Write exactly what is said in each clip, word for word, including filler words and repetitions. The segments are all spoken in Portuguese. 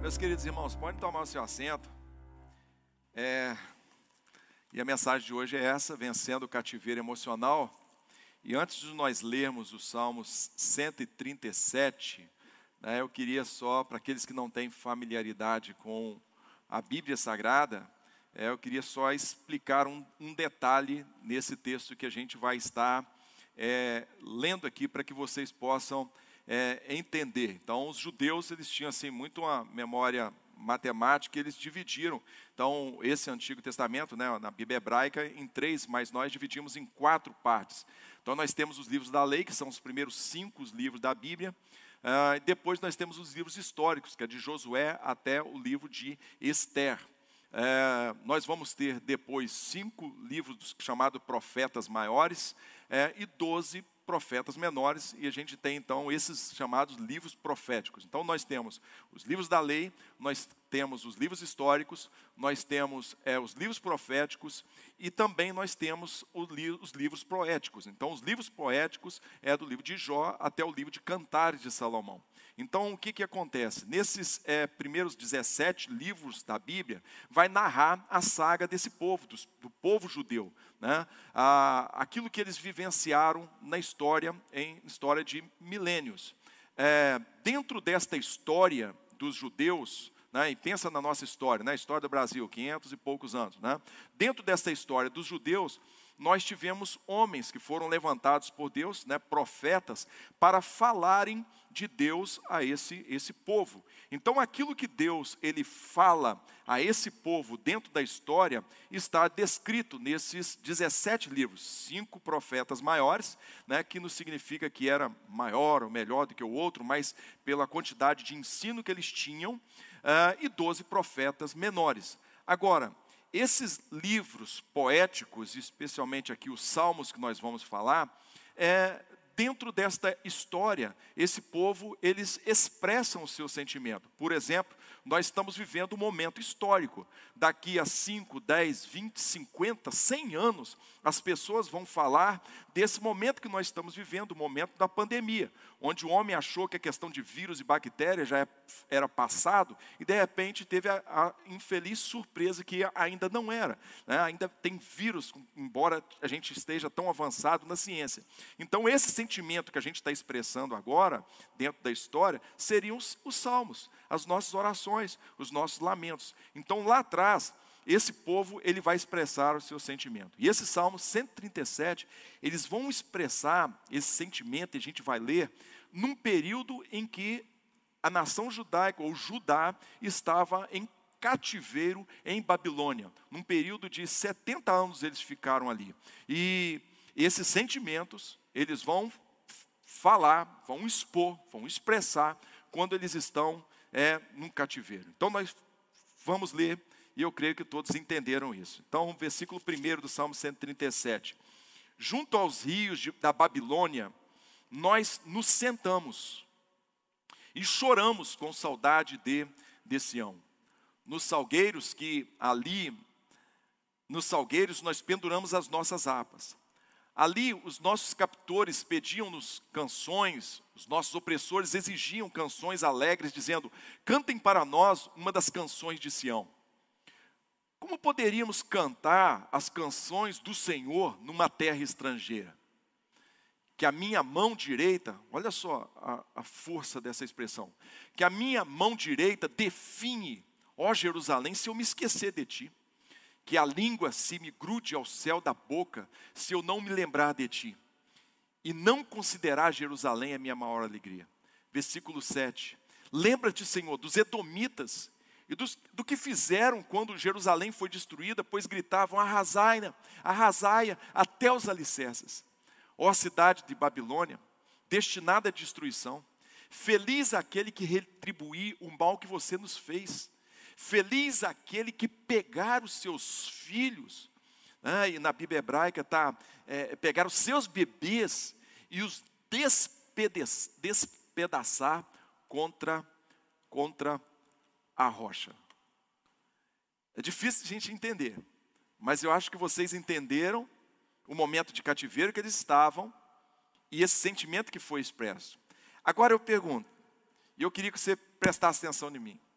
Meus queridos irmãos, podem tomar o seu assento. É, e a mensagem de hoje é essa, vencendo o cativeiro emocional. E antes de nós lermos os Salmos cento e trinta e sete, né, eu queria só, para aqueles que não têm familiaridade com a Bíblia Sagrada, é, eu queria só explicar um, um detalhe nesse texto que a gente vai estar é, lendo aqui, para que vocês possam É, entender. Então, os judeus, eles tinham assim muito uma memória matemática, eles dividiram, então, esse Antigo Testamento, né, na Bíblia hebraica, em três, mas nós dividimos em quatro partes. Então, nós temos os livros da lei, que são os primeiros cinco livros da Bíblia, uh, e depois nós temos os livros históricos, que é de Josué até o livro de Ester. É, nós vamos ter depois cinco livros chamados profetas maiores é, e doze profetas menores, e a gente tem então esses chamados livros proféticos. Então nós temos os livros da lei, nós temos os livros históricos, nós temos é, os livros proféticos e também nós temos li os livros poéticos. Então os livros poéticos é do livro de Jó até o livro de Cantares de Salomão. Então o que que acontece? Nesses é, primeiros dezessete livros da Bíblia, vai narrar a saga desse povo, do, do povo judeu, né? ah, aquilo que eles vivenciaram na história, em história de milênios. É, dentro desta história dos judeus, né, e pensa na nossa história, né, a história do Brasil, quinhentos e poucos anos, né? Dentro desta história dos judeus, nós tivemos homens que foram levantados por Deus, né, profetas, para falarem de Deus a esse, esse povo. Então aquilo que Deus ele fala a esse povo dentro da história está descrito nesses dezessete livros, cinco profetas maiores, né, que não significa que era maior ou melhor do que o outro, mas pela quantidade de ensino que eles tinham, uh, e doze profetas menores. Agora, esses livros poéticos, especialmente aqui os salmos que nós vamos falar, é, dentro desta história, esse povo, eles expressam o seu sentimento. Por exemplo, nós estamos vivendo um momento histórico. Daqui a cinco, dez, vinte, cinquenta, cem anos, as pessoas vão falar desse momento que nós estamos vivendo, o momento da pandemia, onde o homem achou que a questão de vírus e bactérias já era passado, e de repente teve a, a infeliz surpresa que ainda não era, né? Ainda tem vírus, embora a gente esteja tão avançado na ciência. Então esse sentimento que a gente está expressando agora, dentro da história, seriam os, os salmos, as nossas orações, os nossos lamentos. Então lá atrás, esse povo ele vai expressar o seu sentimento. E esse Salmo cento e trinta e sete, eles vão expressar esse sentimento, e a gente vai ler, num período em que a nação judaica, ou Judá, estava em cativeiro em Babilônia. Num período de setenta anos eles ficaram ali. E esses sentimentos, eles vão falar, vão expor, vão expressar, quando eles estão é, num cativeiro. Então nós vamos ler, e eu creio que todos entenderam isso. Então, versículo primeiro do Salmo cento e trinta e sete. Junto aos rios de, da Babilônia, nós nos sentamos e choramos com saudade de, de Sião. Nos salgueiros que ali, nos salgueiros nós penduramos as nossas harpas. Ali os nossos captores pediam-nos canções, os nossos opressores exigiam canções alegres, dizendo: cantem para nós uma das canções de Sião. Como poderíamos cantar as canções do Senhor numa terra estrangeira? Que a minha mão direita, olha só a, a força dessa expressão, que a minha mão direita define, ó Jerusalém, se eu me esquecer de ti. Que a língua se me grude ao céu da boca, se eu não me lembrar de ti. E não considerar Jerusalém a minha maior alegria. Versículo sete. Lembra-te, Senhor, dos edomitas, e dos, do que fizeram quando Jerusalém foi destruída, pois gritavam: arrasai-na, arrasai-a até os alicerces. Ó cidade de Babilônia, destinada à destruição, feliz aquele que retribuir o mal que você nos fez. Feliz aquele que pegar os seus filhos, né, e na Bíblia hebraica está, é, pegar os seus bebês e os despedaçar contra, contra a rocha. É difícil a gente entender, mas eu acho que vocês entenderam o momento de cativeiro que eles estavam e esse sentimento que foi expresso. Agora eu pergunto, e eu queria que você prestasse atenção em mim.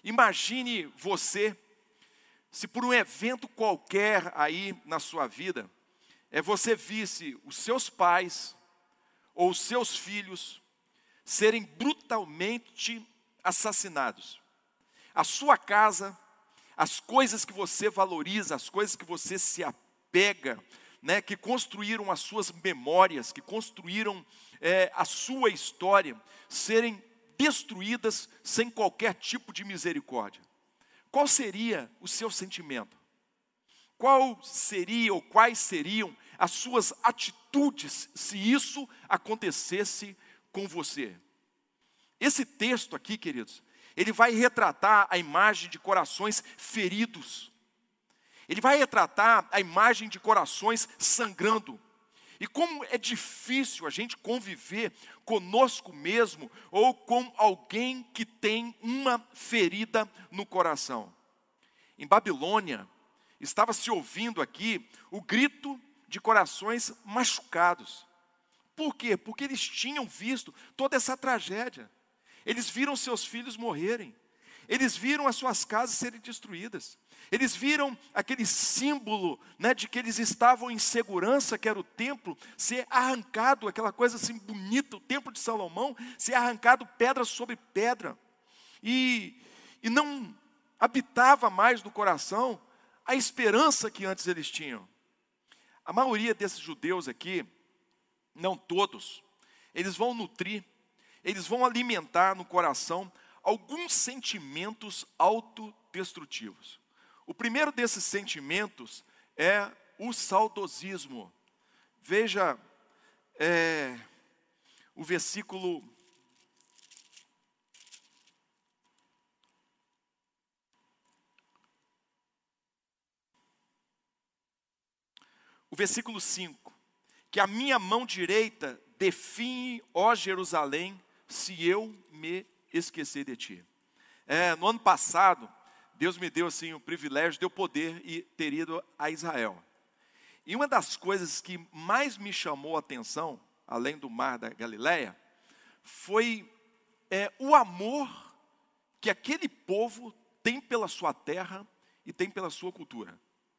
Imagine você, se por um evento qualquer aí na sua vida, é, você visse os seus pais ou os seus filhos serem brutalmente assassinados. A sua casa, as coisas que você valoriza, as coisas que você se apega, né, que construíram as suas memórias, que construíram é, a sua história, serem destruídas sem qualquer tipo de misericórdia. Qual seria o seu sentimento? Qual seria ou quais seriam as suas atitudes se isso acontecesse com você? Esse texto aqui, queridos, ele vai retratar a imagem de corações feridos. Ele vai retratar a imagem de corações sangrando. E como é difícil a gente conviver conosco mesmo ou com alguém que tem uma ferida no coração. Em Babilônia, estava se ouvindo aqui o grito de corações machucados. Por quê? Porque eles tinham visto toda essa tragédia. Eles viram seus filhos morrerem. Eles viram as suas casas serem destruídas. Eles viram aquele símbolo, né, de que eles estavam em segurança, que era o templo, ser arrancado, aquela coisa assim bonita, o templo de Salomão, ser arrancado pedra sobre pedra. E, e não habitava mais no coração a esperança que antes eles tinham. A maioria desses judeus aqui, não todos, eles vão nutrir, eles vão alimentar no coração alguns sentimentos autodestrutivos. O primeiro desses sentimentos é o saudosismo. Veja é, o versículo o versículo cinco, que a minha mão direita define, ó Jerusalém, se eu me esquecer de ti. É, no ano passado, Deus me deu assim o privilégio de eu poder ir, ter ido a Israel. E uma das coisas que mais me chamou a atenção, além do mar da Galileia, foi é, o amor que aquele povo tem pela sua terra e tem pela sua cultura.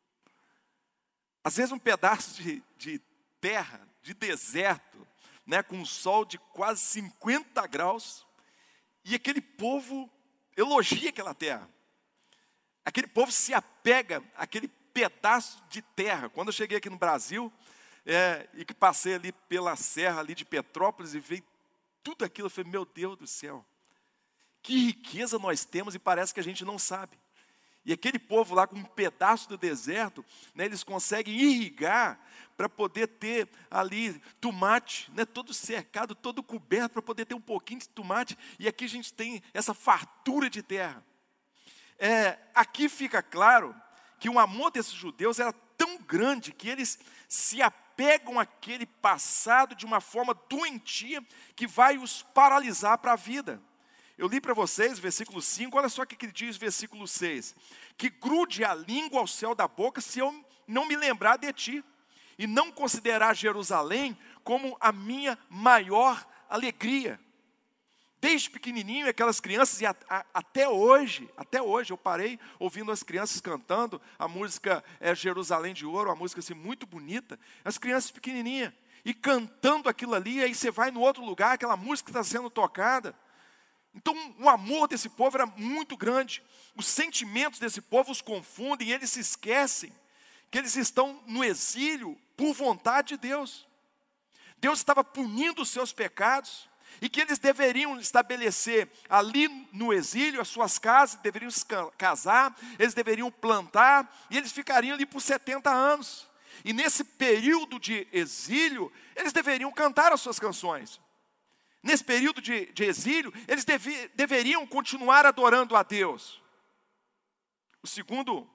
Às vezes um pedaço de, de terra, de deserto, né, com um sol de quase cinquenta graus, e aquele povo elogia aquela terra. Aquele povo se apega àquele pedaço de terra. Quando eu cheguei aqui no Brasil, é, e que passei ali pela serra ali de Petrópolis e vi tudo aquilo, eu falei, meu Deus do céu, que riqueza nós temos e parece que a gente não sabe. E aquele povo lá com um pedaço do deserto, né, eles conseguem irrigar para poder ter ali tomate, né, todo cercado, todo coberto, para poder ter um pouquinho de tomate. E aqui a gente tem essa fartura de terra. É, aqui fica claro que o amor desses judeus era tão grande que eles se apegam àquele passado de uma forma doentia que vai os paralisar para a vida. Eu li para vocês, versículo cinco, olha só o que ele diz, versículo seis. Que grude a língua ao céu da boca se eu não me lembrar de ti, e não considerar Jerusalém como a minha maior alegria. Desde pequenininho, aquelas crianças, e a, a, até hoje, até hoje, eu parei ouvindo as crianças cantando a música é, Jerusalém de Ouro, uma música assim, muito bonita, as crianças pequenininhas, e cantando aquilo ali, aí você vai no outro lugar, aquela música está sendo tocada. Então, o amor desse povo era muito grande. Os sentimentos desse povo os confundem, e eles se esquecem que eles estão no exílio por vontade de Deus. Deus estava punindo os seus pecados, e que eles deveriam estabelecer ali no exílio as suas casas, deveriam se casar, eles deveriam plantar, e eles ficariam ali por setenta anos. E nesse período de exílio, eles deveriam cantar as suas canções. Nesse período de, de exílio, eles deve, deveriam continuar adorando a Deus. O segundo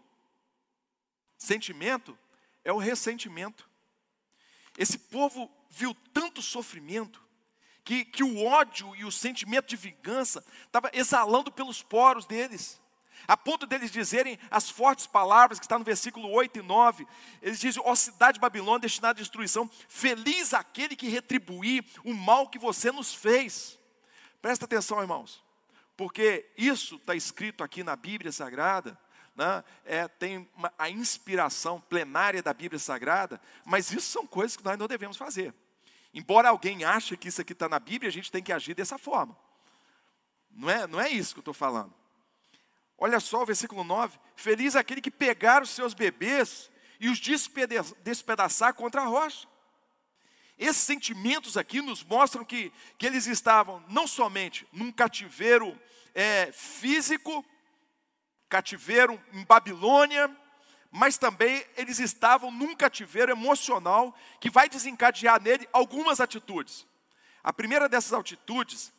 sentimento é o ressentimento. Esse povo viu tanto sofrimento, que, que o ódio e o sentimento de vingança estava exalando pelos poros deles. A ponto deles dizerem as fortes palavras que está no versículo oito e nove. Eles dizem, ó cidade de Babilônia destinada à destruição, feliz aquele que retribuir o mal que você nos fez. Presta atenção, irmãos. porque isso está escrito aqui na Bíblia Sagrada, né? É, tem uma, a inspiração plenária da Bíblia Sagrada, mas isso são coisas que nós não devemos fazer. Embora alguém ache que isso aqui está na Bíblia, a gente tem que agir dessa forma. Não é, não é isso que eu estou falando. Olha só o versículo nove. Feliz aquele que pegar os seus bebês e os despede- despedaçar contra a rocha. Esses sentimentos aqui nos mostram que, que eles estavam não somente num cativeiro é, físico, cativeiro em Babilônia, mas também eles estavam num cativeiro emocional que vai desencadear nele algumas atitudes. A primeira dessas atitudes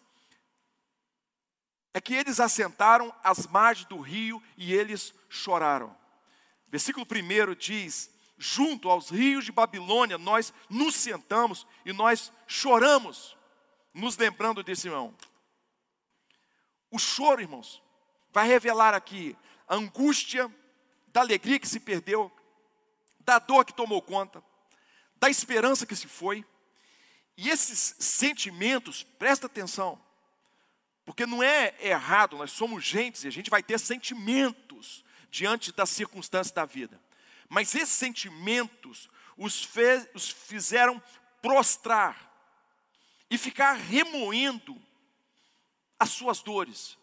é que eles assentaram às margens do rio e eles choraram. Versículo primeiro diz: junto aos rios de Babilônia nós nos sentamos e nós choramos, nos lembrando desse irmão. O choro, irmãos, vai revelar aqui a angústia da alegria que se perdeu, da dor que tomou conta, da esperança que se foi. E esses sentimentos, presta atenção, porque não é errado, nós somos gentes e a gente vai ter sentimentos diante das circunstâncias da vida. Mas esses sentimentos os, fez, os fizeram prostrar e ficar remoendo as suas dores.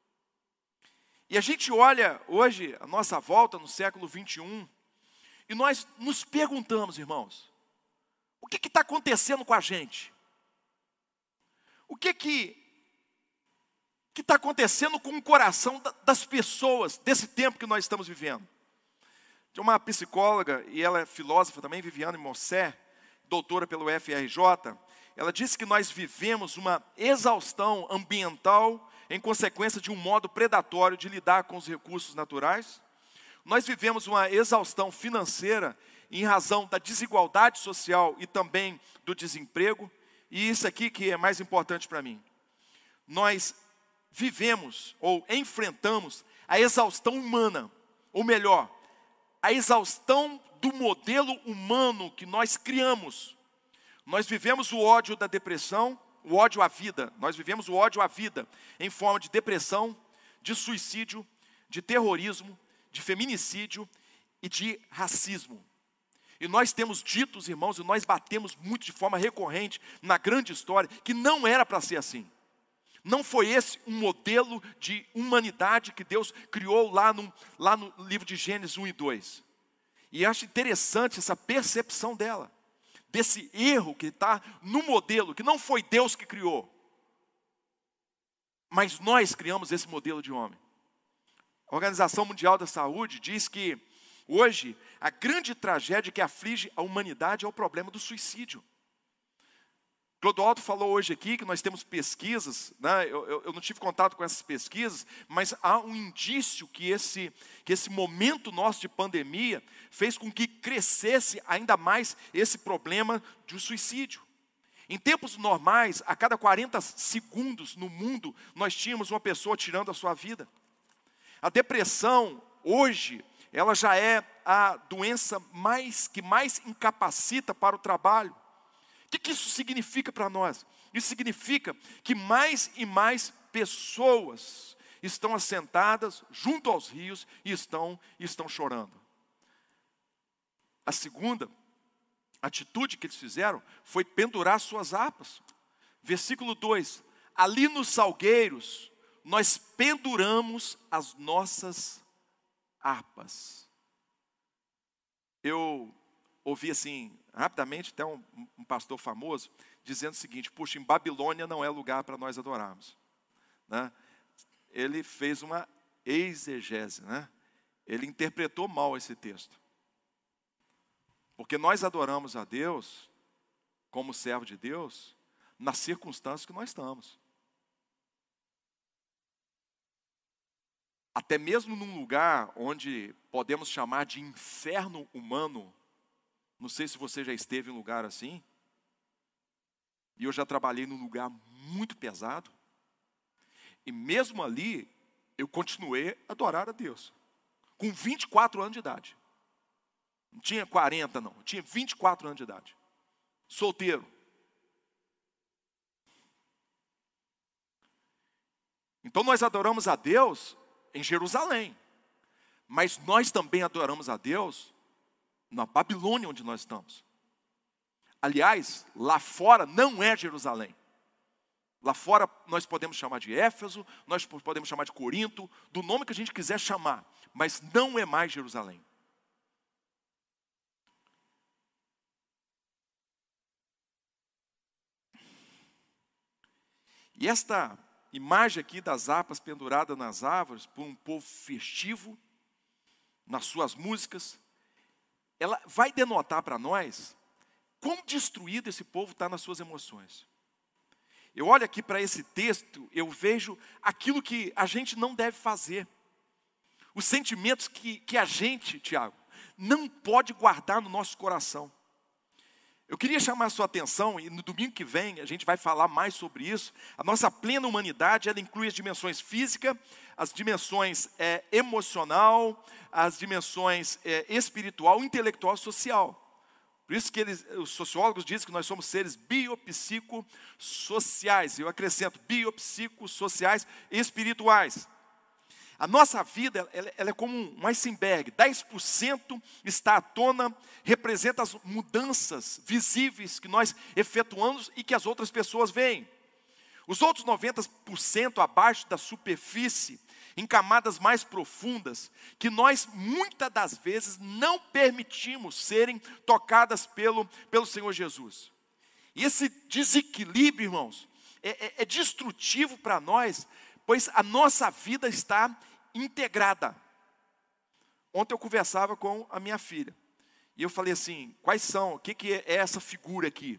E a gente olha hoje a nossa volta no século vinte e um e nós nos perguntamos, irmãos, o que está acontecendo com a gente? O que que que está acontecendo com o coração das pessoas desse tempo que nós estamos vivendo? Tem uma psicóloga, e ela é filósofa também, Viviane Mossé, doutora pelo F R J, ela disse que nós vivemos uma exaustão ambiental em consequência de um modo predatório de lidar com os recursos naturais. Nós vivemos uma exaustão financeira em razão da desigualdade social e também do desemprego. E isso aqui que é mais importante para mim. Nós vivemos ou enfrentamos a exaustão humana, ou melhor, a exaustão do modelo humano que nós criamos. Nós vivemos o ódio da depressão, o ódio à vida. Nós vivemos o ódio à vida em forma de depressão, de suicídio, de terrorismo, de feminicídio e de racismo. E nós temos dito, irmãos, e nós batemos muito de forma recorrente na grande história, que não era para ser assim. Não foi esse um modelo de humanidade que Deus criou lá no, lá no livro de Gênesis um e dois. E acho interessante essa percepção dela, desse erro que está no modelo, que não foi Deus que criou, mas nós criamos esse modelo de homem. A Organização Mundial da Saúde diz que hoje a grande tragédia que aflige a humanidade é o problema do suicídio. Clodoaldo falou hoje aqui que nós temos pesquisas, né? eu, eu, eu não tive contato com essas pesquisas, mas há um indício que esse, que esse momento nosso de pandemia fez com que crescesse ainda mais esse problema de suicídio. Em tempos normais, a cada quarenta segundos no mundo, nós tínhamos uma pessoa tirando a sua vida. A depressão, hoje, ela já é a doença mais, que mais incapacita para o trabalho. O que, que isso significa para nós? Isso significa que mais e mais pessoas estão assentadas junto aos rios e estão, e estão chorando. A segunda atitude que eles fizeram foi pendurar suas harpas. Versículo dois. Ali nos salgueiros, nós penduramos as nossas harpas. Eu ouvi assim, rapidamente, até um, um pastor famoso, dizendo o seguinte: puxa, em Babilônia não é lugar para nós adorarmos. Né? Ele fez uma exegese, né? Ele interpretou mal esse texto. Porque nós adoramos a Deus, como servo de Deus, nas circunstâncias que nós estamos. Até mesmo num lugar onde podemos chamar de inferno humano. Não sei se você já esteve em um lugar assim. E eu já trabalhei num lugar muito pesado. E mesmo ali, eu continuei a adorar a Deus. Com vinte e quatro anos de idade. Não tinha quarenta não, eu tinha vinte e quatro anos de idade. Solteiro. Então nós adoramos a Deus em Jerusalém, mas nós também adoramos a Deus na Babilônia onde nós estamos. Aliás, lá fora não é Jerusalém. Lá fora nós podemos chamar de Éfeso, nós podemos chamar de Corinto, do nome que a gente quiser chamar, mas não é mais Jerusalém. E esta imagem aqui das harpas penduradas nas árvores, por um povo festivo, nas suas músicas, ela vai denotar para nós quão destruído esse povo está nas suas emoções. Eu olho aqui para esse texto, eu vejo aquilo que a gente não deve fazer. Os sentimentos que, que a gente, Tiago, não pode guardar no nosso coração. Eu queria chamar a sua atenção, e no domingo que vem a gente vai falar mais sobre isso. A nossa plena humanidade, ela inclui as dimensões física, as dimensões é, emocional, as dimensões é, espiritual, intelectual e social. Por isso que eles, os sociólogos dizem que nós somos seres biopsicossociais. Eu acrescento biopsicossociais e espirituais. A nossa vida ela, ela é como um iceberg. dez por cento está à tona, representa as mudanças visíveis que nós efetuamos e que as outras pessoas veem. Os outros noventa por cento abaixo da superfície, em camadas mais profundas, que nós muitas das vezes não permitimos serem tocadas pelo, pelo Senhor Jesus. E esse desequilíbrio, irmãos, é, é, é destrutivo para nós, pois a nossa vida está integrada. Ontem eu conversava com a minha filha, e eu falei assim, quais são, o que, que é essa figura aqui?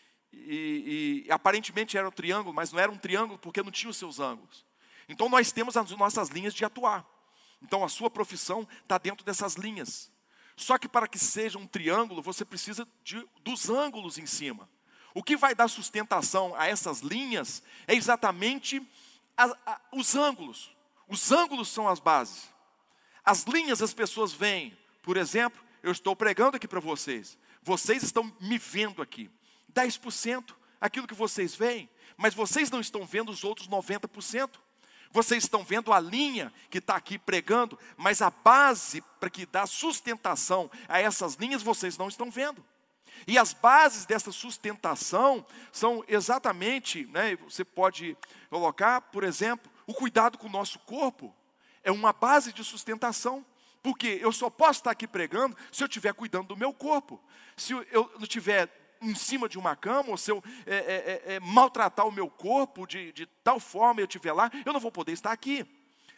E, e aparentemente era um triângulo, mas não era um triângulo porque não tinha os seus ângulos. Então nós temos as nossas linhas de atuar. Então a sua profissão está dentro dessas linhas. Só que para que seja um triângulo, você precisa de, dos ângulos em cima. O que vai dar sustentação a essas linhas é exatamente a, a, os ângulos. Os ângulos são as bases. As linhas as pessoas veem. Por exemplo, eu estou pregando aqui para vocês. Vocês estão me vendo aqui. dez por cento aquilo que vocês veem. Mas vocês não estão vendo os outros noventa por cento. Vocês estão vendo a linha que está aqui pregando, mas a base para que dá sustentação a essas linhas vocês não estão vendo. E as bases dessa sustentação são exatamente, né, você pode colocar, por exemplo, o cuidado com o nosso corpo. É uma base de sustentação. Porque eu só posso estar aqui pregando se eu estiver cuidando do meu corpo. Se eu não estiver em cima de uma cama, ou se eu é, é, é, maltratar o meu corpo de, de tal forma eu estiver lá, eu não vou poder estar aqui.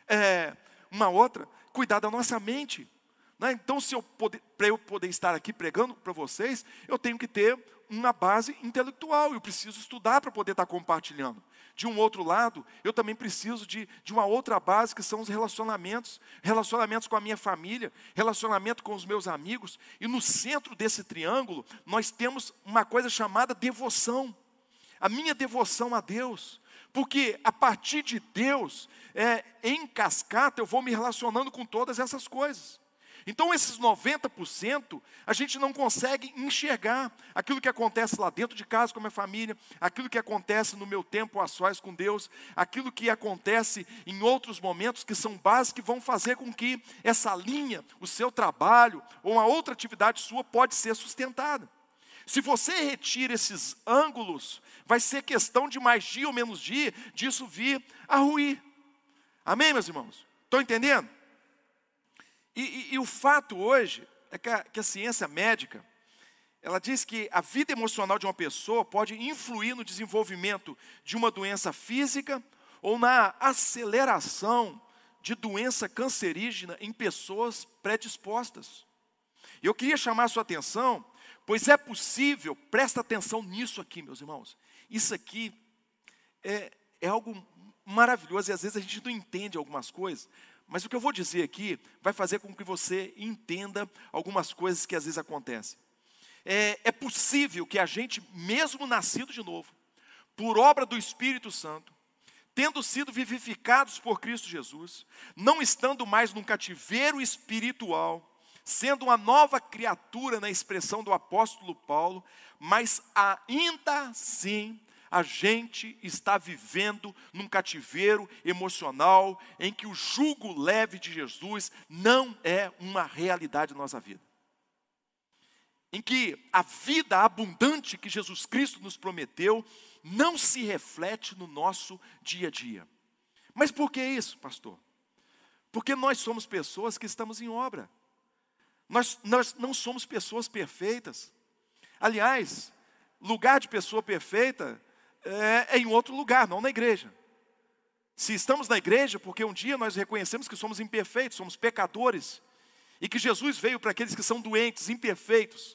É, uma outra, cuidar da nossa mente. Né? Então, se eu para eu poder estar aqui pregando para vocês, eu tenho que ter uma base intelectual, eu preciso estudar para poder estar compartilhando. De um outro lado, eu também preciso de, de uma outra base, que são os relacionamentos. Relacionamentos com a minha família, relacionamento com os meus amigos. E no centro desse triângulo, nós temos uma coisa chamada devoção. A minha devoção a Deus. Porque a partir de Deus, é, em cascata, eu vou me relacionando com todas essas coisas. Então esses noventa por cento, a gente não consegue enxergar aquilo que acontece lá dentro de casa com a minha família, aquilo que acontece no meu tempo a sós com Deus, aquilo que acontece em outros momentos que são bases que vão fazer com que essa linha, o seu trabalho ou uma outra atividade sua pode ser sustentada. Se você retira esses ângulos, vai ser questão de mais dia ou menos dia disso vir a ruir. Amém, meus irmãos? Estão entendendo? E, e, e o fato hoje é que a, que a ciência médica, ela diz que a vida emocional de uma pessoa pode influir no desenvolvimento de uma doença física ou na aceleração de doença cancerígena em pessoas predispostas. E eu queria chamar a sua atenção, pois é possível, presta atenção nisso aqui, meus irmãos. Isso aqui é, é algo maravilhoso e às vezes a gente não entende algumas coisas. Mas o que eu vou dizer aqui vai fazer com que você entenda algumas coisas que às vezes acontecem. É, é possível que a gente, mesmo nascido de novo, por obra do Espírito Santo, tendo sido vivificados por Cristo Jesus, não estando mais num cativeiro espiritual, sendo uma nova criatura na expressão do apóstolo Paulo, mas ainda assim a gente está vivendo num cativeiro emocional em que o jugo leve de Jesus não é uma realidade na nossa vida. Em que a vida abundante que Jesus Cristo nos prometeu não se reflete no nosso dia a dia. Mas por que isso, pastor? Porque nós somos pessoas que estamos em obra. Nós, nós não somos pessoas perfeitas. Aliás, lugar de pessoa perfeita é, é em outro lugar, não na igreja. Se estamos na igreja, porque um dia nós reconhecemos que somos imperfeitos, somos pecadores, e que Jesus veio para aqueles que são doentes, imperfeitos.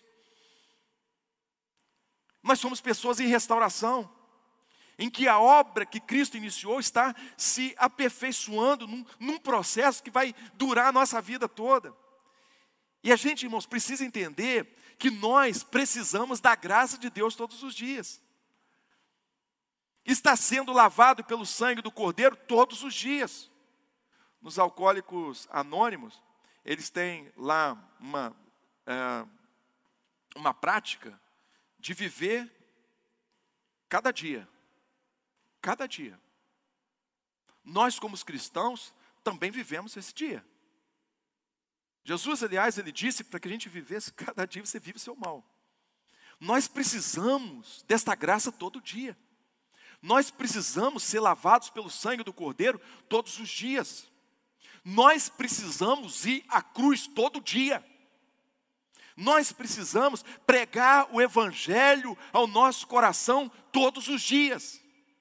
Nós somos pessoas em restauração, em que a obra que Cristo iniciou está se aperfeiçoando num, num processo que vai durar a nossa vida toda. E a gente, irmãos, precisa entender que nós precisamos da graça de Deus todos os dias. Está sendo lavado pelo sangue do Cordeiro todos os dias. Nos Alcoólicos Anônimos, eles têm lá uma, é, uma prática de viver cada dia. Cada dia. Nós, como os cristãos, também vivemos esse dia. Jesus, aliás, ele disse para que a gente vivesse, cada dia você vive o seu mal. Nós precisamos desta graça todo dia. Nós precisamos ser lavados pelo sangue do Cordeiro todos os dias. Nós precisamos ir à cruz todo dia. Nós precisamos pregar o Evangelho ao nosso coração todos os dias.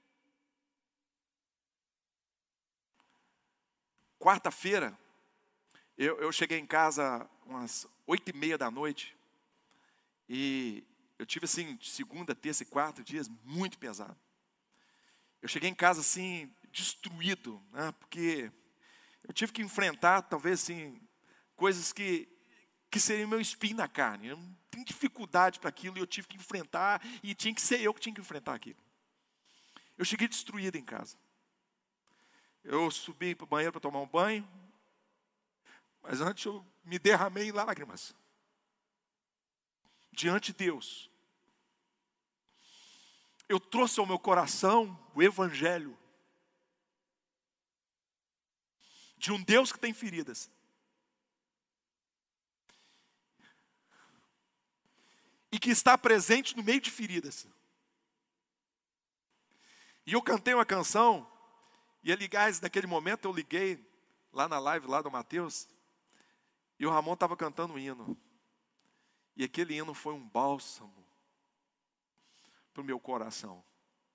Quarta-feira, eu, eu cheguei em casa umas oito e meia da noite. E eu tive assim, segunda, terça e quarta dias muito pesado. Eu cheguei em casa assim, destruído, né, porque eu tive que enfrentar, talvez assim, coisas que, que seriam meu espinho na carne. Eu tenho dificuldade para aquilo e eu tive que enfrentar, e tinha que ser eu que tinha que enfrentar aquilo. Eu cheguei destruído em casa. Eu subi para o banheiro para tomar um banho, mas antes eu me derramei em lágrimas. Diante de Deus. Eu trouxe ao meu coração o Evangelho de um Deus que tem feridas. E que está presente no meio de feridas. E eu cantei uma canção, e aliás, naquele momento eu liguei lá na live lá do Mateus, e o Ramon estava cantando um hino. E aquele hino foi um bálsamo para o meu coração.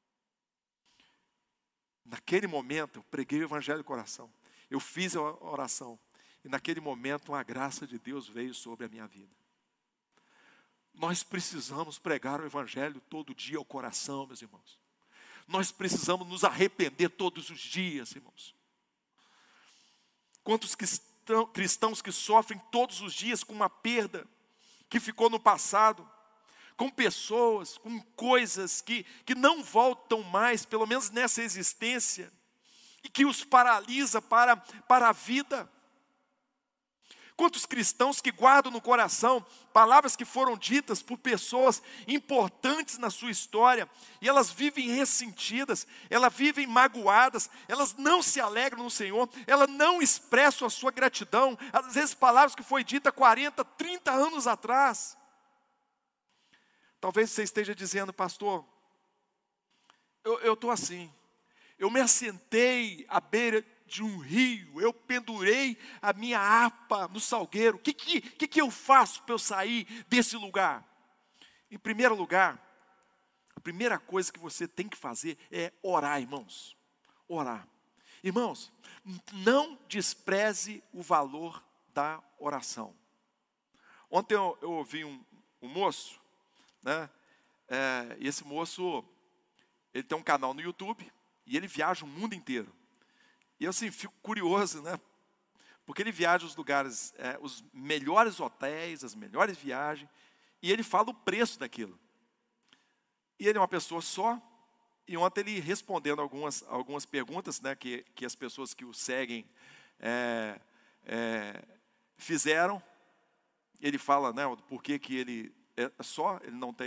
Naquele momento, eu preguei o Evangelho do coração. Eu fiz a oração. E naquele momento, a graça de Deus veio sobre a minha vida. Nós precisamos pregar o Evangelho todo dia ao coração, meus irmãos. Nós precisamos nos arrepender todos os dias, irmãos. Quantos cristãos que sofrem todos os dias com uma perda que ficou no passado, com pessoas, com coisas que, que não voltam mais, pelo menos nessa existência, e que os paralisa para, para a vida. Quantos cristãos que guardam no coração palavras que foram ditas por pessoas importantes na sua história, e elas vivem ressentidas, elas vivem magoadas, elas não se alegram no Senhor, elas não expressam a sua gratidão, às vezes palavras que foi dita quarenta, trinta anos atrás. Talvez você esteja dizendo, pastor, eu estou assim, eu me assentei à beira de um rio, eu pendurei a minha harpa no salgueiro, o que, que, que, que eu faço para eu sair desse lugar? Em primeiro lugar, a primeira coisa que você tem que fazer é orar, irmãos, orar. Irmãos, não despreze o valor da oração. Ontem eu, eu ouvi um, um moço, né, é, e esse moço, ele tem um canal no YouTube, e ele viaja o mundo inteiro. E eu assim, fico curioso, né? Porque ele viaja os lugares, é, os melhores hotéis, as melhores viagens, e ele fala o preço daquilo. E ele é uma pessoa só, e ontem ele respondendo algumas, algumas perguntas, né, que, que as pessoas que o seguem é, é, fizeram. Ele fala, né, do porquê que ele é só, ele não tem,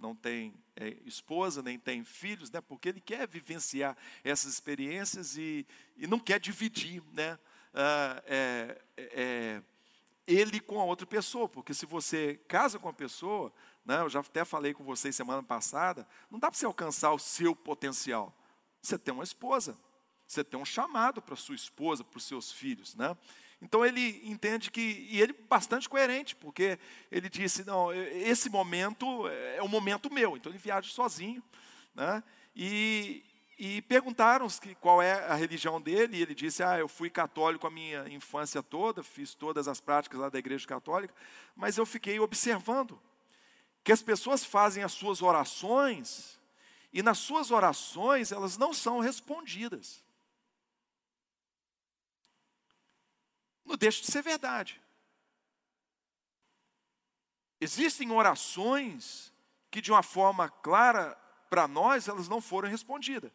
não tem é, esposa, nem tem filhos, né? Porque ele quer vivenciar essas experiências e, e não quer dividir, né? Ah, é, é, ele com a outra pessoa, porque se você casa com uma pessoa, né, eu já até falei com vocês semana passada, não dá para você alcançar o seu potencial. Você tem uma esposa, você tem um chamado para sua esposa, para os seus filhos, né? Então ele entende que, e ele bastante coerente, porque ele disse, não, esse momento é o momento meu, então ele viaja sozinho, né? E, e perguntaram que qual é a religião dele, e ele disse, ah, eu fui católico a minha infância toda, fiz todas as práticas lá da igreja católica, mas eu fiquei observando que as pessoas fazem as suas orações, e nas suas orações elas não são respondidas. Não deixa de ser verdade. Existem orações que de uma forma clara para nós elas não foram respondidas.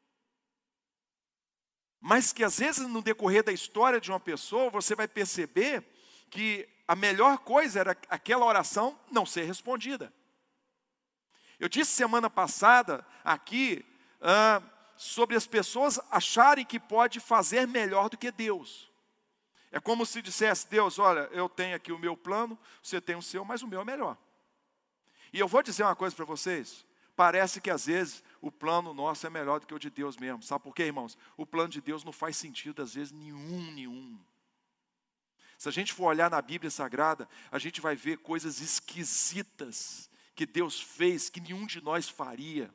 Mas que às vezes no decorrer da história de uma pessoa você vai perceber que a melhor coisa era aquela oração não ser respondida. Eu disse semana passada aqui ah, sobre as pessoas acharem que pode fazer melhor do que Deus. É como se dissesse, Deus, olha, eu tenho aqui o meu plano, você tem o seu, mas o meu é melhor. E eu vou dizer uma coisa para vocês, parece que às vezes o plano nosso é melhor do que o de Deus mesmo. Sabe por quê, irmãos? O plano de Deus não faz sentido às vezes nenhum, nenhum. Se a gente for olhar na Bíblia Sagrada, a gente vai ver coisas esquisitas que Deus fez, que nenhum de nós faria.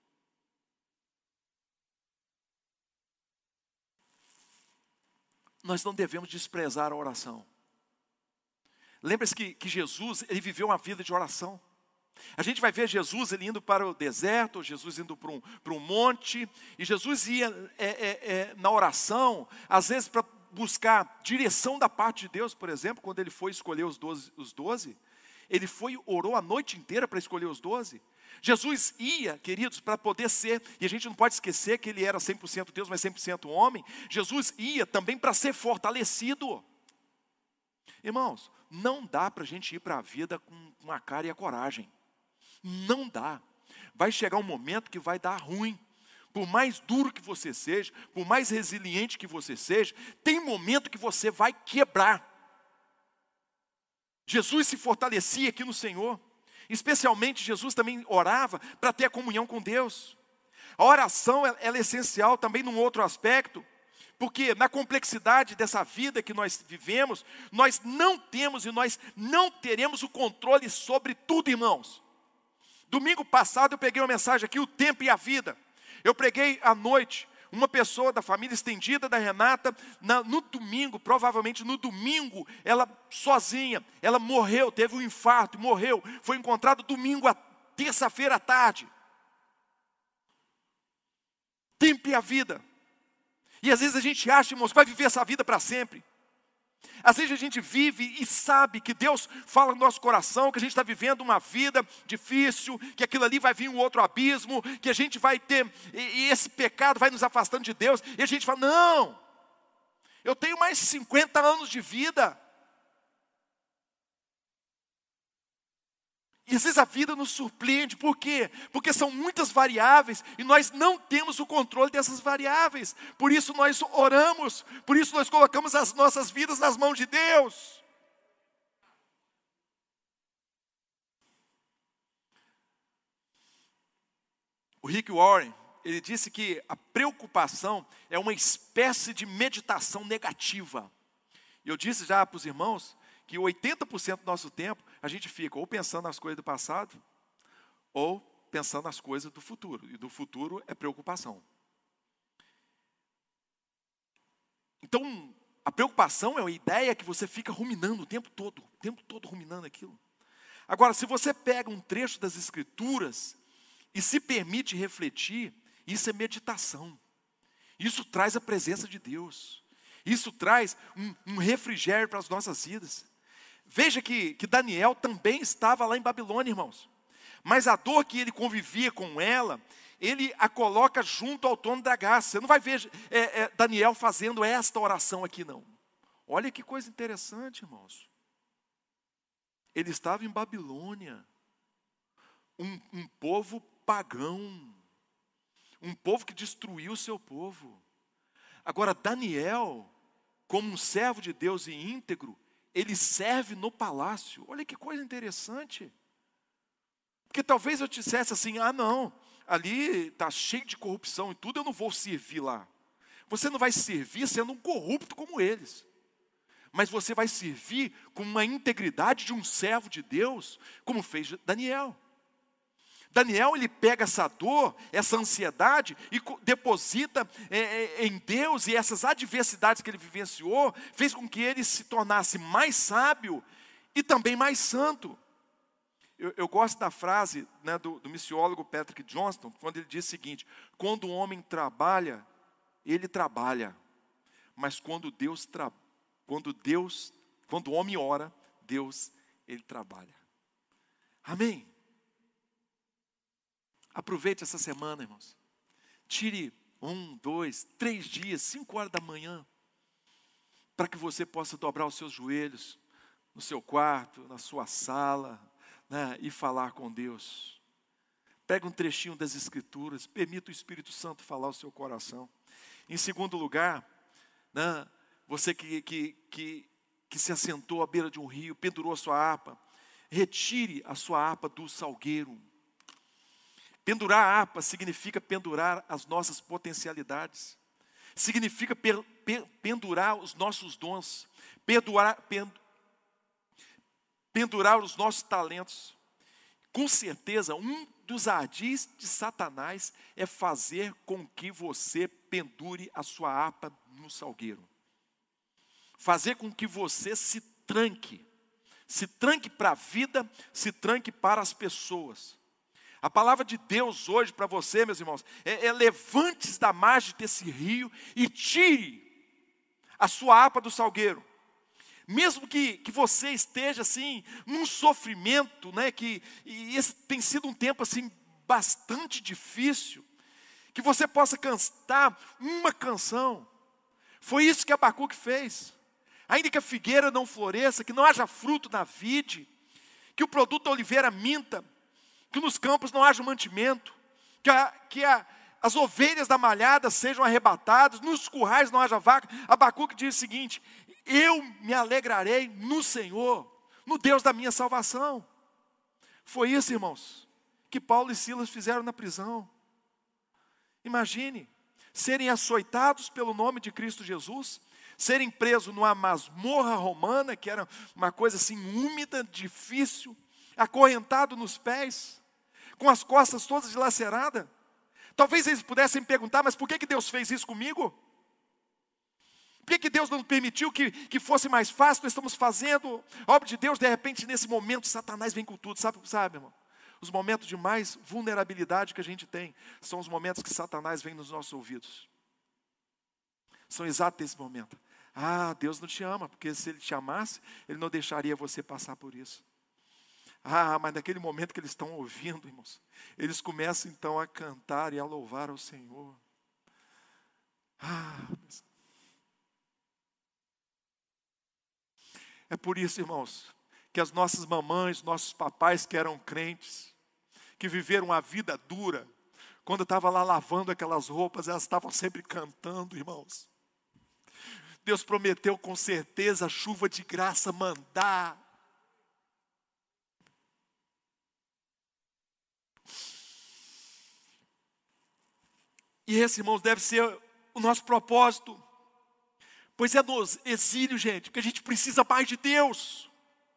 Nós não devemos desprezar a oração. Lembre-se que, que Jesus, ele viveu uma vida de oração. A gente vai ver Jesus ele indo para o deserto, Jesus indo para um, para um monte, e Jesus ia é, é, é, na oração, às vezes para buscar direção da parte de Deus, por exemplo, quando ele foi escolher os doze, os doze, ele foi, orou a noite inteira para escolher os doze. Jesus ia, queridos, para poder ser, e a gente não pode esquecer que ele era cem por cento Deus, mas cem por cento homem, Jesus ia também para ser fortalecido. Irmãos, não dá para a gente ir para a vida com a cara e a coragem. Não dá. Vai chegar um momento que vai dar ruim. Por mais duro que você seja, por mais resiliente que você seja, tem momento que você vai quebrar. Jesus se fortalecia aqui no Senhor. Especialmente Jesus também orava para ter a comunhão com Deus. A oração ela é essencial também num outro aspecto, porque na complexidade dessa vida que nós vivemos, nós não temos e nós não teremos o controle sobre tudo, irmãos. Domingo passado eu peguei uma mensagem aqui, o tempo e a vida. Eu preguei à noite, uma pessoa da família estendida da Renata, na, no domingo, provavelmente no domingo, ela sozinha, ela morreu, teve um infarto, morreu, foi encontrado domingo, a terça-feira à tarde. Tempo e a vida. E às vezes a gente acha, irmãos, que vai viver essa vida para sempre. Às vezes a gente vive e sabe que Deus fala no nosso coração, que a gente está vivendo uma vida difícil, que aquilo ali vai vir um outro abismo, que a gente vai ter, e, e esse pecado vai nos afastando de Deus, e a gente fala, não, eu tenho mais cinquenta anos de vida. E às vezes a vida nos surpreende, por quê? Porque são muitas variáveis e nós não temos o controle dessas variáveis. Por isso nós oramos, por isso nós colocamos as nossas vidas nas mãos de Deus. O Rick Warren, ele disse que a preocupação é uma espécie de meditação negativa. Eu disse já para os irmãos que oitenta por cento do nosso tempo a gente fica ou pensando nas coisas do passado ou pensando nas coisas do futuro. E do futuro é preocupação. Então, a preocupação é uma ideia que você fica ruminando o tempo todo, o tempo todo ruminando aquilo. Agora, se você pega um trecho das Escrituras e se permite refletir, isso é meditação. Isso traz a presença de Deus. Isso traz um, um refrigério para as nossas vidas. Veja que, que Daniel também estava lá em Babilônia, irmãos. Mas a dor que ele convivia com ela, ele a coloca junto ao trono da graça. Você não vai ver é, é, Daniel fazendo esta oração aqui, não. Olha que coisa interessante, irmãos. Ele estava em Babilônia, um, um povo pagão, um povo que destruiu o seu povo. Agora, Daniel, como um servo de Deus e íntegro, ele serve no palácio. Olha que coisa interessante. Porque talvez eu dissesse assim, ah não, ali está cheio de corrupção e tudo, eu não vou servir lá. Você não vai servir sendo um corrupto como eles. Mas você vai servir com uma integridade de um servo de Deus, como fez Daniel. Daniel, ele pega essa dor, essa ansiedade e deposita é, é, em Deus, e essas adversidades que ele vivenciou, fez com que ele se tornasse mais sábio e também mais santo. Eu, eu gosto da frase, né, do, do missiólogo Patrick Johnston, quando ele diz o seguinte: quando o homem trabalha, ele trabalha, mas quando Deus tra, quando Deus, quando o homem ora, Deus, ele trabalha. Amém? Aproveite essa semana, irmãos. Tire um, dois, três dias, cinco horas da manhã, para que você possa dobrar os seus joelhos no seu quarto, na sua sala, né, e falar com Deus. Pega um trechinho das Escrituras, permita o Espírito Santo falar ao seu coração. Em segundo lugar, né, você que, que, que, que se assentou à beira de um rio, pendurou a sua harpa, retire a sua harpa do salgueiro. Pendurar a harpa significa pendurar as nossas potencialidades, significa per, per, pendurar os nossos dons, pendurar, pendurar os nossos talentos. Com certeza, um dos ardis de Satanás é fazer com que você pendure a sua harpa no salgueiro. Fazer com que você se tranque, se tranque para a vida, se tranque para as pessoas. A palavra de Deus hoje para você, meus irmãos, é, é levante-se da margem desse rio e tire a sua harpa do salgueiro. Mesmo que, que você esteja assim, num sofrimento, né, que, e esse tem sido um tempo assim, bastante difícil, que você possa cantar uma canção. Foi isso que Abacuque fez. Ainda que a figueira não floresça, que não haja fruto na vide, que o produto da oliveira minta, que nos campos não haja mantimento, que, a, que a, as ovelhas da malhada sejam arrebatadas, nos currais não haja vaca. Abacuque diz o seguinte: eu me alegrarei no Senhor, no Deus da minha salvação. Foi isso, irmãos, que Paulo e Silas fizeram na prisão. Imagine, serem açoitados pelo nome de Cristo Jesus, serem presos numa masmorra romana, que era uma coisa assim úmida, difícil, acorrentado nos pés, com as costas todas dilaceradas. Talvez eles pudessem perguntar, mas por que, que Deus fez isso comigo? Por que, que Deus não permitiu que, que fosse mais fácil? Nós estamos fazendo a obra de Deus, de repente nesse momento Satanás vem com tudo, sabe, sabe irmão? Os momentos de mais vulnerabilidade que a gente tem, são os momentos que Satanás vem nos nossos ouvidos. São exatos esse momento. Ah, Deus não te ama, porque se Ele te amasse, Ele não deixaria você passar por isso. Ah, mas naquele momento que eles estão ouvindo, irmãos, eles começam então a cantar e a louvar ao Senhor. Ah, é por isso, irmãos, que as nossas mamães, nossos papais que eram crentes, que viveram a vida dura, quando eu estava lá lavando aquelas roupas, elas estavam sempre cantando, irmãos. Deus prometeu com certeza a chuva de graça mandar. E esse, irmãos, deve ser o nosso propósito. Pois é no exílio, gente, que a gente precisa mais de Deus.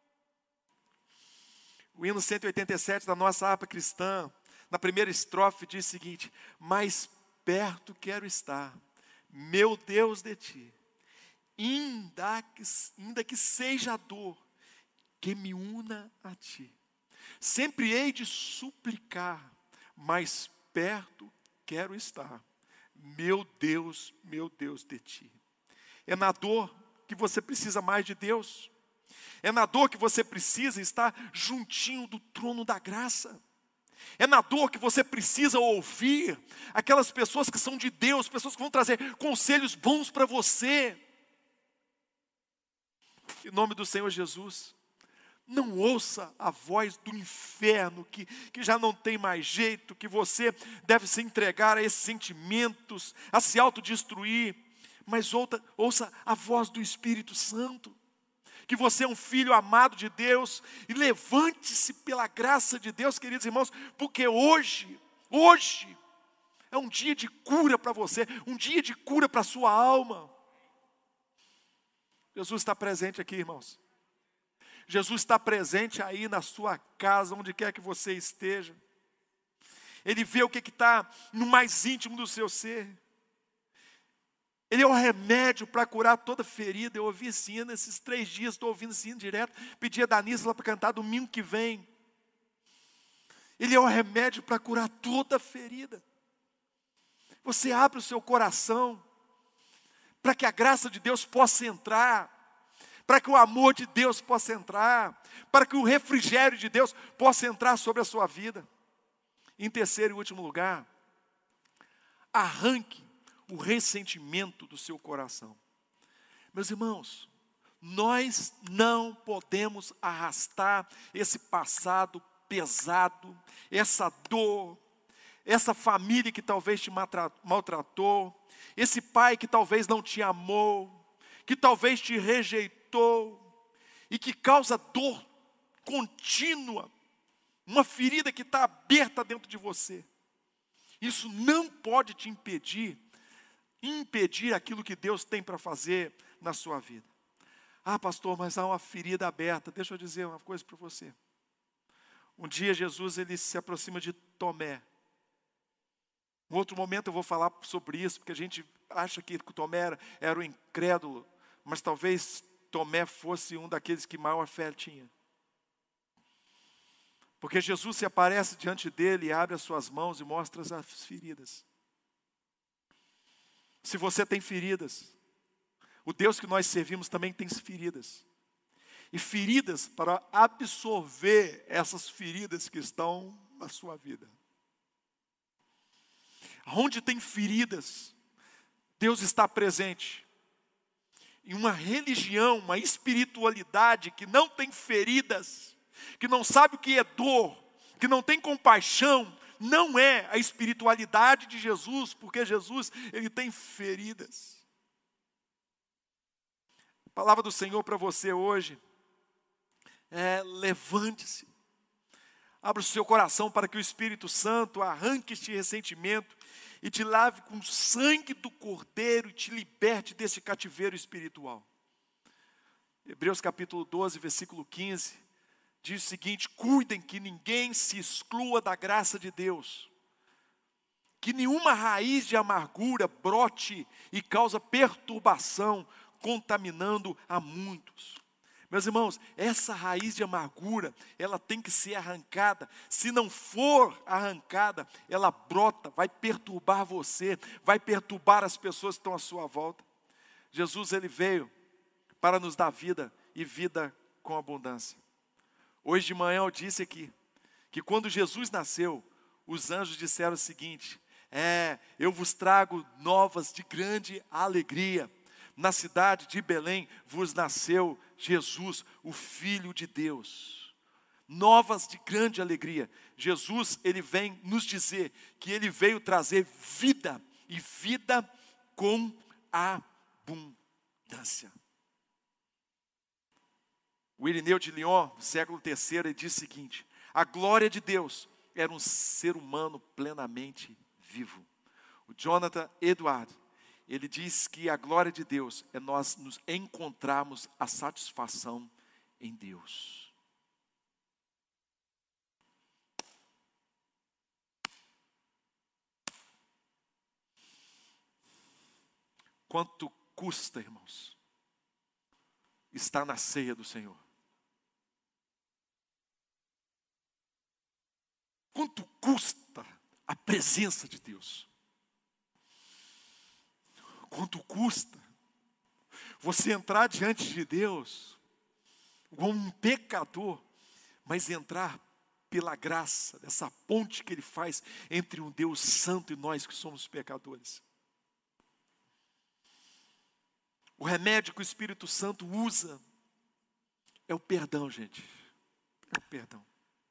O hino cento e oitenta e sete da nossa harpa cristã, na primeira estrofe, diz o seguinte: mais perto quero estar, meu Deus, de ti, ainda que, ainda que seja a dor que me una a ti. Sempre hei de suplicar, mais perto quero estar, meu Deus, meu Deus, de ti. É na dor que você precisa mais de Deus. É na dor que você precisa estar juntinho do trono da graça. É na dor que você precisa ouvir aquelas pessoas que são de Deus, pessoas que vão trazer conselhos bons para você. Em nome do Senhor Jesus, Não ouça a voz do inferno, que, que já não tem mais jeito, que você deve se entregar a esses sentimentos, a se autodestruir. Mas ouça, ouça a voz do Espírito Santo, que você é um filho amado de Deus, e levante-se pela graça de Deus, queridos irmãos, porque hoje, hoje, é um dia de cura para você, um dia de cura para a sua alma. Jesus está presente aqui, irmãos. Jesus está presente aí na sua casa, onde quer que você esteja. Ele vê o que está no mais íntimo do seu ser. Ele é o remédio para curar toda ferida. Eu ouvi esse hino nesses três dias, estou ouvindo esse hino direto. Pedi a Danise lá para cantar domingo que vem. Ele é o remédio para curar toda ferida. Você abre o seu coração para que a graça de Deus possa entrar, para que o amor de Deus possa entrar, para que o refrigério de Deus possa entrar sobre a sua vida. Em terceiro e último lugar, arranque o ressentimento do seu coração. Meus irmãos, nós não podemos arrastar esse passado pesado, essa dor, essa família que talvez te maltratou, esse pai que talvez não te amou, que talvez te rejeitou, e que causa dor contínua, uma ferida que está aberta dentro de você. Isso não pode te impedir, impedir aquilo que Deus tem para fazer na sua vida. Ah, pastor, mas há uma ferida aberta. Deixa eu dizer uma coisa para você. Um dia Jesus ele se aproxima de Tomé. Em outro momento eu vou falar sobre isso, porque a gente acha que Tomé era, era o incrédulo, mas talvez Tomé fosse um daqueles que maior fé tinha. Porque Jesus se aparece diante dele e abre as suas mãos e mostra as feridas. Se você tem feridas, o Deus que nós servimos também tem feridas. E feridas para absorver essas feridas que estão na sua vida. Onde tem feridas, Deus está presente. Em uma religião, uma espiritualidade que não tem feridas, que não sabe o que é dor, que não tem compaixão, não é a espiritualidade de Jesus, porque Jesus, ele tem feridas. A palavra do Senhor para você hoje é: levante-se, abra o seu coração para que o Espírito Santo arranque este ressentimento e te lave com o sangue do Cordeiro e te liberte desse cativeiro espiritual. Hebreus capítulo doze, versículo quinze, diz o seguinte: cuidem que ninguém se exclua da graça de Deus, que nenhuma raiz de amargura brote e cause perturbação, contaminando a muitos. Meus irmãos, essa raiz de amargura, ela tem que ser arrancada. Se não for arrancada, ela brota, vai perturbar você, vai perturbar as pessoas que estão à sua volta. Jesus, ele veio para nos dar vida e vida com abundância. Hoje de manhã eu disse aqui, que quando Jesus nasceu, os anjos disseram o seguinte: é, eu vos trago novas de grande alegria. Na cidade de Belém vos nasceu Jesus, o Filho de Deus. Novas de grande alegria. Jesus, ele vem nos dizer que ele veio trazer vida, e vida com abundância. O Irineu de Lyon, no século terceiro, ele diz o seguinte: a glória de Deus era um ser humano plenamente vivo. O Jonathan Edwards, ele diz que a glória de Deus é nós nos encontrarmos a satisfação em Deus. Quanto custa, irmãos, estar na ceia do Senhor? Quanto custa a presença de Deus? Quanto custa você entrar diante de Deus como um pecador, mas entrar pela graça, dessa ponte que Ele faz entre um Deus santo e nós que somos pecadores. O remédio que o Espírito Santo usa é o perdão, gente. É o perdão.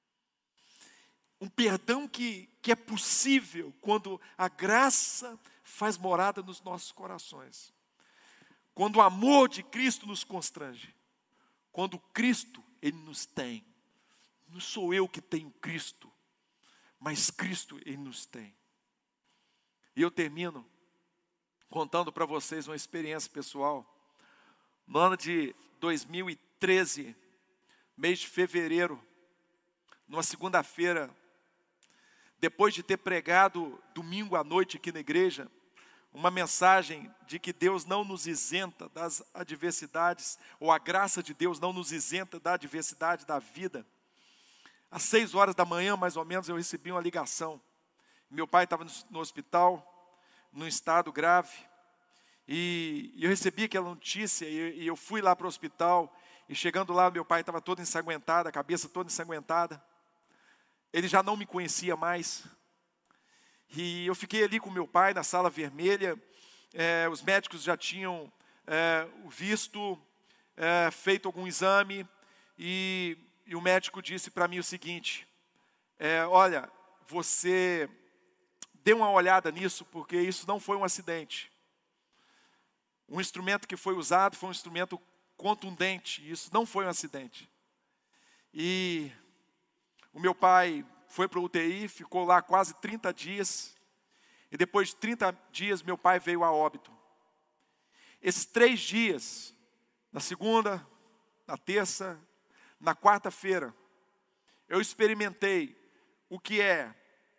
Um perdão que, que é possível quando a graça faz morada nos nossos corações. Quando o amor de Cristo nos constrange. Quando Cristo, Ele nos tem. Não sou eu que tenho Cristo, mas Cristo, Ele nos tem. E eu termino contando para vocês uma experiência pessoal. No ano de dois mil e treze, mês de fevereiro, numa segunda-feira, depois de ter pregado domingo à noite aqui na igreja, uma mensagem de que Deus não nos isenta das adversidades, ou a graça de Deus não nos isenta da adversidade da vida. Às seis horas da manhã, mais ou menos, eu recebi uma ligação. Meu pai estava no hospital, num estado grave, e eu recebi aquela notícia, e eu fui lá para o hospital, e chegando lá, meu pai estava todo ensanguentado, a cabeça toda ensanguentada. Ele já não me conhecia mais. E eu fiquei ali com meu pai na sala vermelha. É, os médicos já tinham é, visto, é, feito algum exame. E, e o médico disse para mim o seguinte: é, olha, você dê uma olhada nisso, porque isso não foi um acidente. O instrumento que foi usado foi um instrumento contundente. Isso não foi um acidente. E o meu pai foi para o U T I, ficou lá quase trinta dias. E depois de trinta dias, meu pai veio a óbito. Esses três dias, na segunda, na terça, na quarta-feira, eu experimentei o que é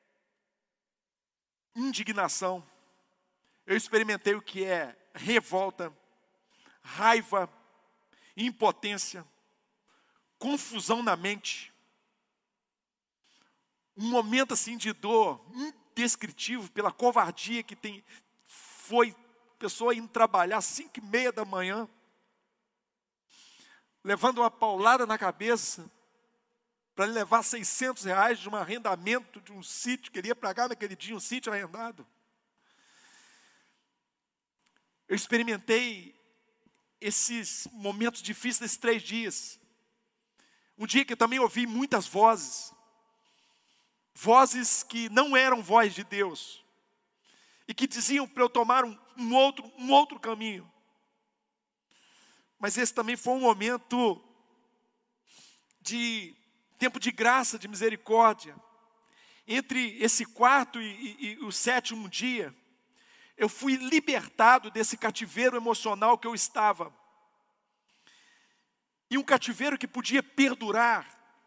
indignação. Eu experimentei o que é revolta, raiva, impotência, confusão na mente. Um momento assim de dor indescritível pela covardia que tem, foi pessoa indo trabalhar às cinco e meia da manhã, levando uma paulada na cabeça, para levar seiscentos reais de um arrendamento de um sítio, que ele ia pagar naquele dia, um sítio arrendado. Eu experimentei esses momentos difíceis desses três dias. Um dia que eu também ouvi muitas vozes, vozes que não eram voz de Deus, e que diziam para eu tomar um, um, outro, um outro caminho. Mas esse também foi um momento de tempo de graça, de misericórdia. Entre esse quarto e, e, e o sétimo dia, eu fui libertado desse cativeiro emocional que eu estava. E um cativeiro que podia perdurar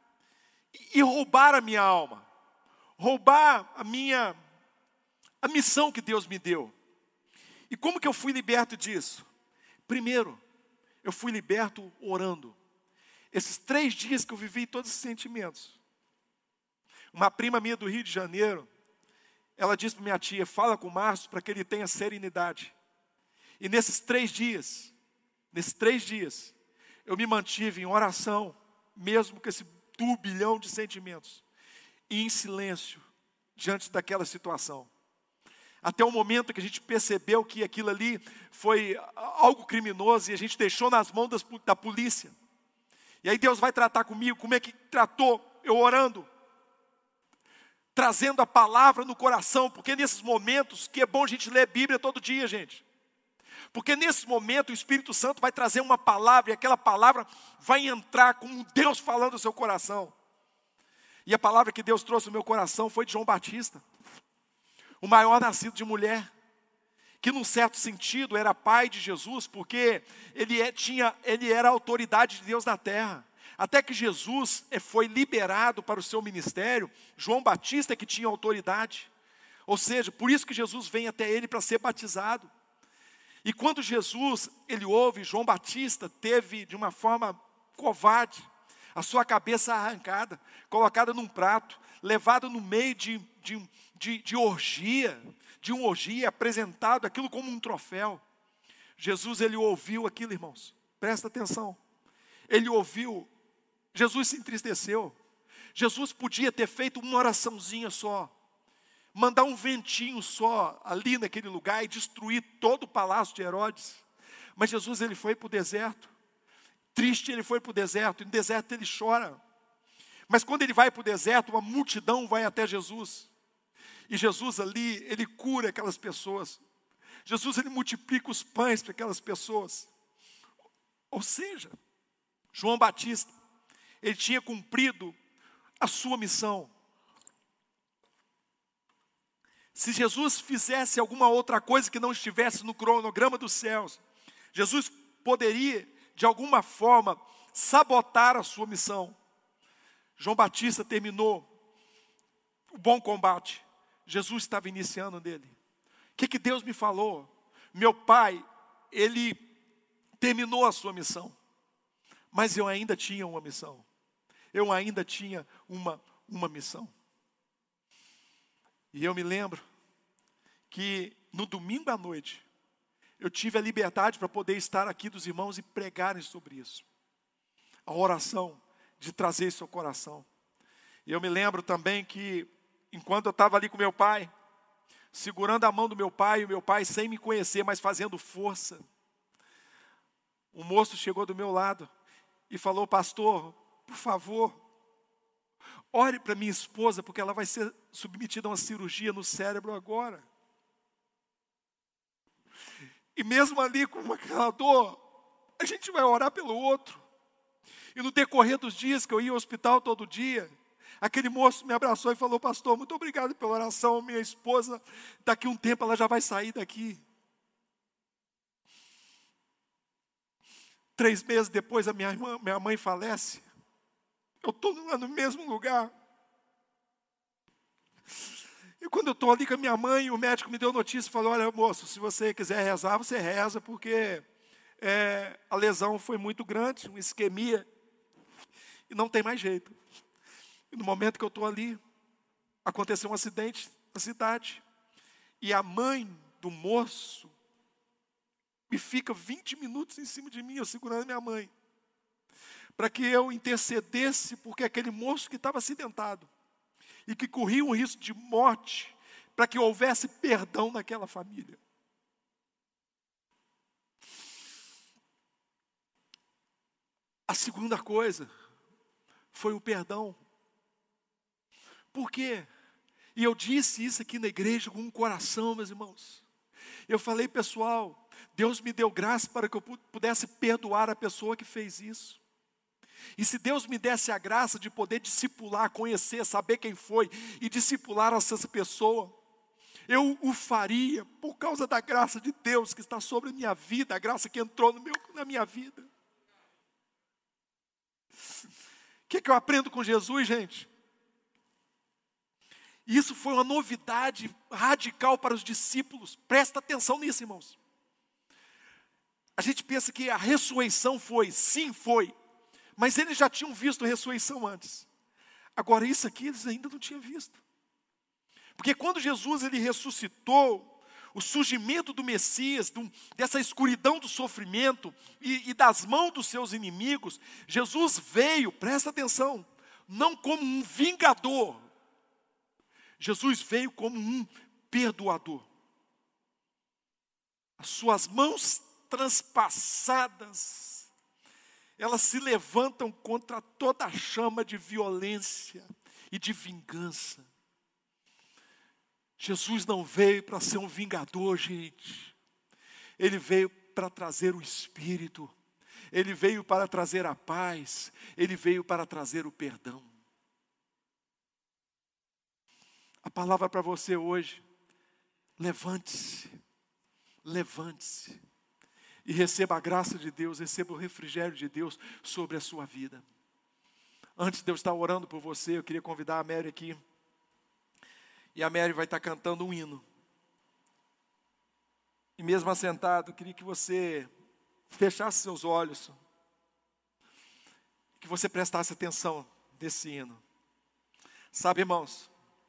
e, e roubar a minha alma. Roubar a minha, a missão que Deus me deu. E como que eu fui liberto disso? Primeiro, eu fui liberto orando. Esses três dias que eu vivi todos esses sentimentos. Uma prima minha do Rio de Janeiro, ela disse para minha tia: fala com o Márcio para que ele tenha serenidade. E nesses três dias, nesses três dias, eu me mantive em oração, mesmo com esse turbilhão de sentimentos, e em silêncio, diante daquela situação. Até o momento que a gente percebeu que aquilo ali foi algo criminoso e a gente deixou nas mãos das, da polícia. E aí Deus vai tratar comigo, como é que tratou? Eu orando, trazendo a palavra no coração, porque nesses momentos que é bom a gente ler a Bíblia todo dia, gente. Porque nesse momento o Espírito Santo vai trazer uma palavra, e aquela palavra vai entrar como Deus falando no seu coração. E a palavra que Deus trouxe no meu coração foi de João Batista, o maior nascido de mulher, que num certo sentido era pai de Jesus, porque ele, é, tinha, ele era a autoridade de Deus na terra. Até que Jesus foi liberado para o seu ministério, João Batista é que tinha autoridade. Ou seja, por isso que Jesus vem até ele para ser batizado. E quando Jesus, ele ouve, João Batista teve de uma forma covarde, a sua cabeça arrancada, colocada num prato, levado no meio de, de, de, de orgia, de uma orgia, apresentado aquilo como um troféu. Jesus, ele ouviu aquilo, irmãos, presta atenção, ele ouviu, Jesus se entristeceu. Jesus podia ter feito uma oraçãozinha só, mandar um ventinho só ali naquele lugar e destruir todo o palácio de Herodes. Mas Jesus, ele foi para o deserto. Triste, ele foi para o deserto. E no deserto ele chora. Mas quando ele vai para o deserto, uma multidão vai até Jesus. E Jesus ali, ele cura aquelas pessoas. Jesus, ele multiplica os pães para aquelas pessoas. Ou seja, João Batista, ele tinha cumprido a sua missão. Se Jesus fizesse alguma outra coisa que não estivesse no cronograma dos céus, Jesus poderia, de alguma forma, sabotar a sua missão. João Batista terminou o bom combate. Jesus estava iniciando nele. O que, que Deus me falou? Meu pai, ele terminou a sua missão. Mas eu ainda tinha uma missão. Eu ainda tinha uma, uma missão. E eu me lembro que no domingo à noite, eu tive a liberdade para poder estar aqui dos irmãos e pregarem sobre isso. A oração de trazer isso ao coração. E eu me lembro também que, enquanto eu estava ali com meu pai, segurando a mão do meu pai, e o meu pai sem me conhecer, mas fazendo força, um moço chegou do meu lado e falou: pastor, por favor, ore para minha esposa, porque ela vai ser submetida a uma cirurgia no cérebro agora. E mesmo ali com aquela dor, a gente vai orar pelo outro. E no decorrer dos dias que eu ia ao hospital todo dia, aquele moço me abraçou e falou: pastor, muito obrigado pela oração, minha esposa, daqui a um tempo ela já vai sair daqui. Três meses depois a minha irmã, minha mãe falece. Eu estou lá no mesmo lugar. E quando eu estou ali com a minha mãe, o médico me deu notícia e falou: olha, moço, se você quiser rezar, você reza, porque é, a lesão foi muito grande, uma isquemia, e não tem mais jeito. E no momento que eu estou ali, aconteceu um acidente na cidade, e a mãe do moço me fica vinte minutos em cima de mim, eu segurando minha mãe, para que eu intercedesse, porque aquele moço que estava acidentado, e que corria um risco de morte, para que houvesse perdão naquela família. A segunda coisa foi o perdão. Por quê? E eu disse isso aqui na igreja com um coração, meus irmãos. Eu falei: pessoal, Deus me deu graça para que eu pudesse perdoar a pessoa que fez isso. E se Deus me desse a graça de poder discipular, conhecer, saber quem foi e discipular essa pessoa, eu o faria por causa da graça de Deus que está sobre a minha vida, a graça que entrou no meu, na minha vida. O que, que eu aprendo com Jesus, gente? Isso foi uma novidade radical para os discípulos. Presta atenção nisso, irmãos. A gente pensa que a ressurreição foi, sim foi, mas eles já tinham visto a ressurreição antes. Agora isso aqui eles ainda não tinham visto. Porque quando Jesus ele ressuscitou, o surgimento do Messias, do, dessa escuridão do sofrimento e, e das mãos dos seus inimigos, Jesus veio, presta atenção, não como um vingador, Jesus veio como um perdoador. As suas mãos transpassadas, elas se levantam contra toda a chama de violência e de vingança. Jesus não veio para ser um vingador, gente. Ele veio para trazer o Espírito. Ele veio para trazer a paz. Ele veio para trazer o perdão. A palavra para você hoje: levante-se, levante-se e receba a graça de Deus, receba o refrigério de Deus sobre a sua vida. Antes de eu estar orando por você, eu queria convidar a Mary aqui. E a Mary vai estar cantando um hino. E mesmo assentado, eu queria que você fechasse seus olhos, que você prestasse atenção nesse hino. Sabe, irmãos,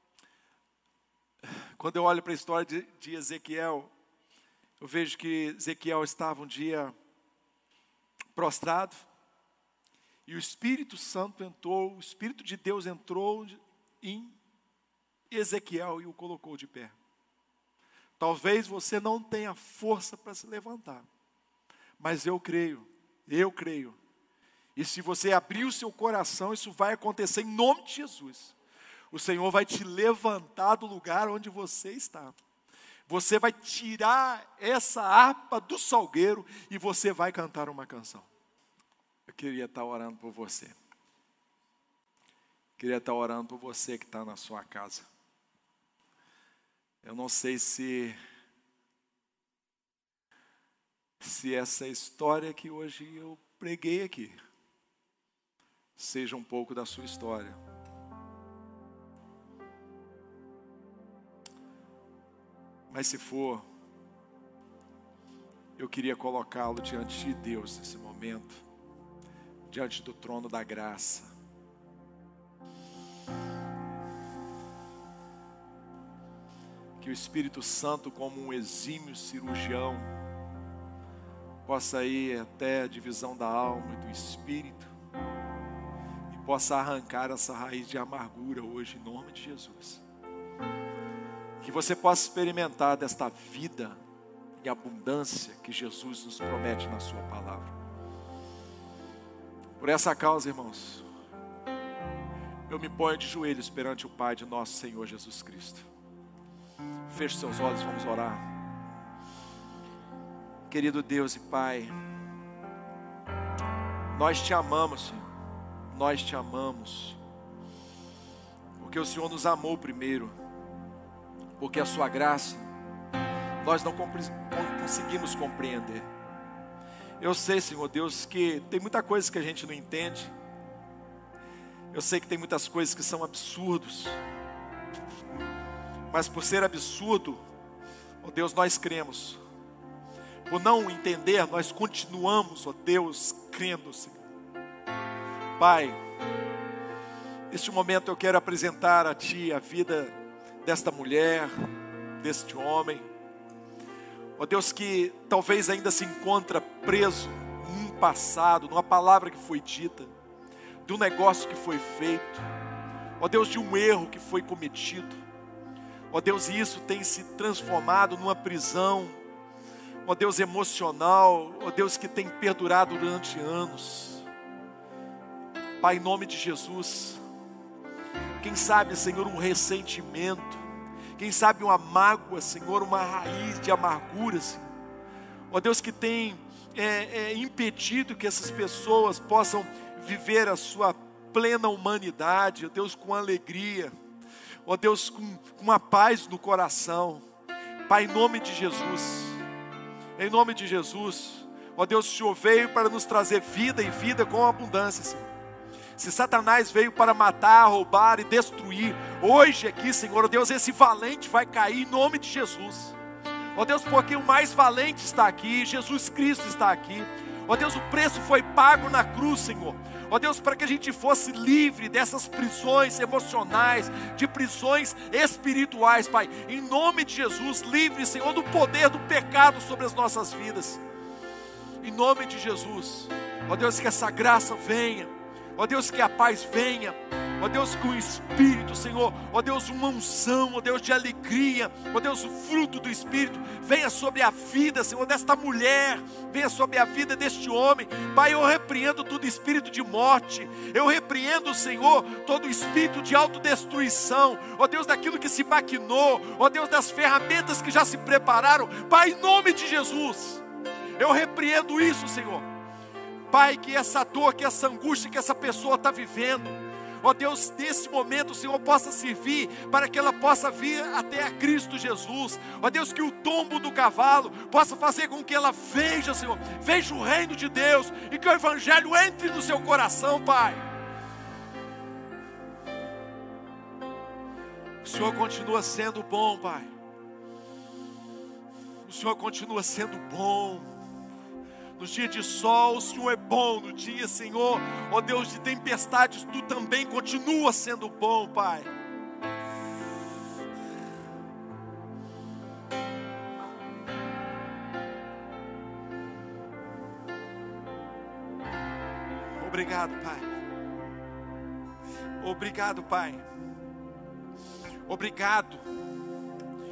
quando eu olho para a história de, de Ezequiel, eu vejo que Ezequiel estava um dia prostrado, e o Espírito Santo entrou, o Espírito de Deus entrou em Ezequiel e o colocou de pé. Talvez você não tenha força para se levantar, mas eu creio, eu creio, E se você abrir o seu coração, isso vai acontecer em nome de Jesus. O Senhor vai te levantar do lugar onde você está. Você vai tirar essa harpa do salgueiro e você vai cantar uma canção. Eu queria estar orando por você. Queria estar orando por você que está na sua casa. Eu não sei se se essa história que hoje eu preguei aqui seja um pouco da sua história. Mas se for, eu queria colocá-lo diante de Deus nesse momento, diante do trono da graça. Que o Espírito Santo, como um exímio cirurgião, possa ir até a divisão da alma e do espírito e possa arrancar essa raiz de amargura hoje, em nome de Jesus. Que você possa experimentar desta vida e abundância que Jesus nos promete na sua palavra. Por essa causa, irmãos, eu me ponho de joelhos perante o Pai de nosso Senhor Jesus Cristo. Feche seus olhos, vamos orar. Querido Deus e Pai, nós te amamos, Senhor. Nós te amamos, porque o Senhor nos amou primeiro, porque a sua graça nós não conseguimos compreender. Eu sei, Senhor Deus, que tem muita coisa que a gente não entende. Eu sei que tem muitas coisas que são absurdos, mas por ser absurdo, ó Deus, nós cremos. Por não entender, nós continuamos, ó Deus, crendo, Senhor. Pai, neste momento eu quero apresentar a Ti a vida desta mulher, deste homem. Ó Deus, que talvez ainda se encontra preso num passado, numa palavra que foi dita, de um negócio que foi feito, ó Deus, de um erro que foi cometido. Ó Deus, e isso tem se transformado numa prisão, ó Deus, emocional, ó Deus, que tem perdurado durante anos. Pai, em nome de Jesus, quem sabe, Senhor, um ressentimento, quem sabe uma mágoa, Senhor, uma raiz de amargura, Senhor. Ó Deus, que tem é, é, impedido que essas pessoas possam viver a sua plena humanidade, ó Deus, com alegria, ó Deus, com, com uma paz no coração. Pai, em nome de Jesus, em nome de Jesus, ó Deus, o Senhor veio para nos trazer vida e vida com abundância, Senhor. Se Satanás veio para matar, roubar e destruir, hoje aqui, Senhor, ó Deus, esse valente vai cair em nome de Jesus. Ó Deus, porque o mais valente está aqui, Jesus Cristo está aqui. Ó Deus, o preço foi pago na cruz, Senhor. Ó Deus, para que a gente fosse livre dessas prisões emocionais, de prisões espirituais, Pai. Em nome de Jesus, livre, Senhor, do poder do pecado sobre as nossas vidas. Em nome de Jesus. Ó Deus, que essa graça venha. Ó Deus, que a paz venha. Ó Deus, que o Espírito, Senhor, ó Deus, uma unção, ó Deus, de alegria, ó Deus, o fruto do Espírito, venha sobre a vida, Senhor, desta mulher, venha sobre a vida deste homem. Pai, eu repreendo todo espírito de morte, eu repreendo, Senhor, todo espírito de autodestruição, ó Deus, daquilo que se maquinou, ó Deus, das ferramentas que já se prepararam. Pai, em nome de Jesus, eu repreendo isso, Senhor. Pai, que essa dor, que essa angústia que essa pessoa está vivendo, ó Deus, nesse momento o Senhor possa servir para que ela possa vir até a Cristo Jesus. Ó Deus, que o tombo do cavalo possa fazer com que ela veja, Senhor, veja o reino de Deus e que o Evangelho entre no seu coração, Pai. O Senhor continua sendo bom, Pai. O Senhor continua sendo bom. Nos dias de sol, o Senhor é bom. No dia, Senhor, ó Deus, de tempestades, Tu também continua sendo bom, Pai. Obrigado, Pai. Obrigado, Pai. Obrigado.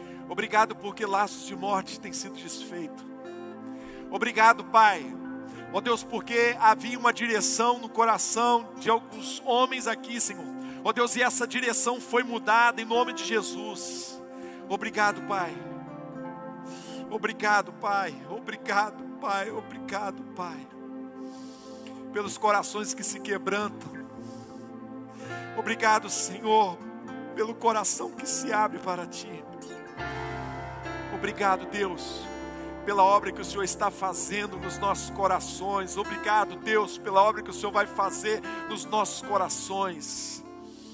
Obrigado porque laços de morte têm sido desfeitos. Obrigado, Pai, Ó Deus, porque havia uma direção no coração de alguns homens aqui, Senhor. Ó Deus, e essa direção foi mudada em nome de Jesus. Obrigado, Pai. Obrigado, Pai. Obrigado, Pai. Obrigado, Pai. Pelos corações que se quebrantam. Obrigado, Senhor, pelo coração que se abre para Ti. Obrigado, Deus, pela obra que o Senhor está fazendo nos nossos corações. Obrigado, Deus, pela obra que o Senhor vai fazer nos nossos corações.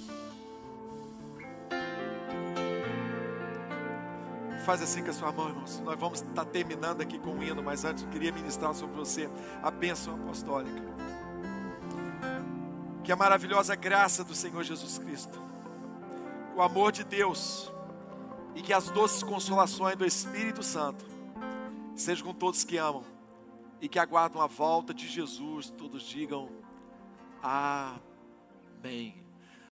Faz assim com a sua mão, irmãos. Nós vamos estar terminando aqui com um hino, mas antes eu queria ministrar sobre você a bênção apostólica. Que a maravilhosa graça do Senhor Jesus Cristo, o amor de Deus e que as doces consolações do Espírito Santo sejam com todos que amam e que aguardam a volta de Jesus. Todos digam amém.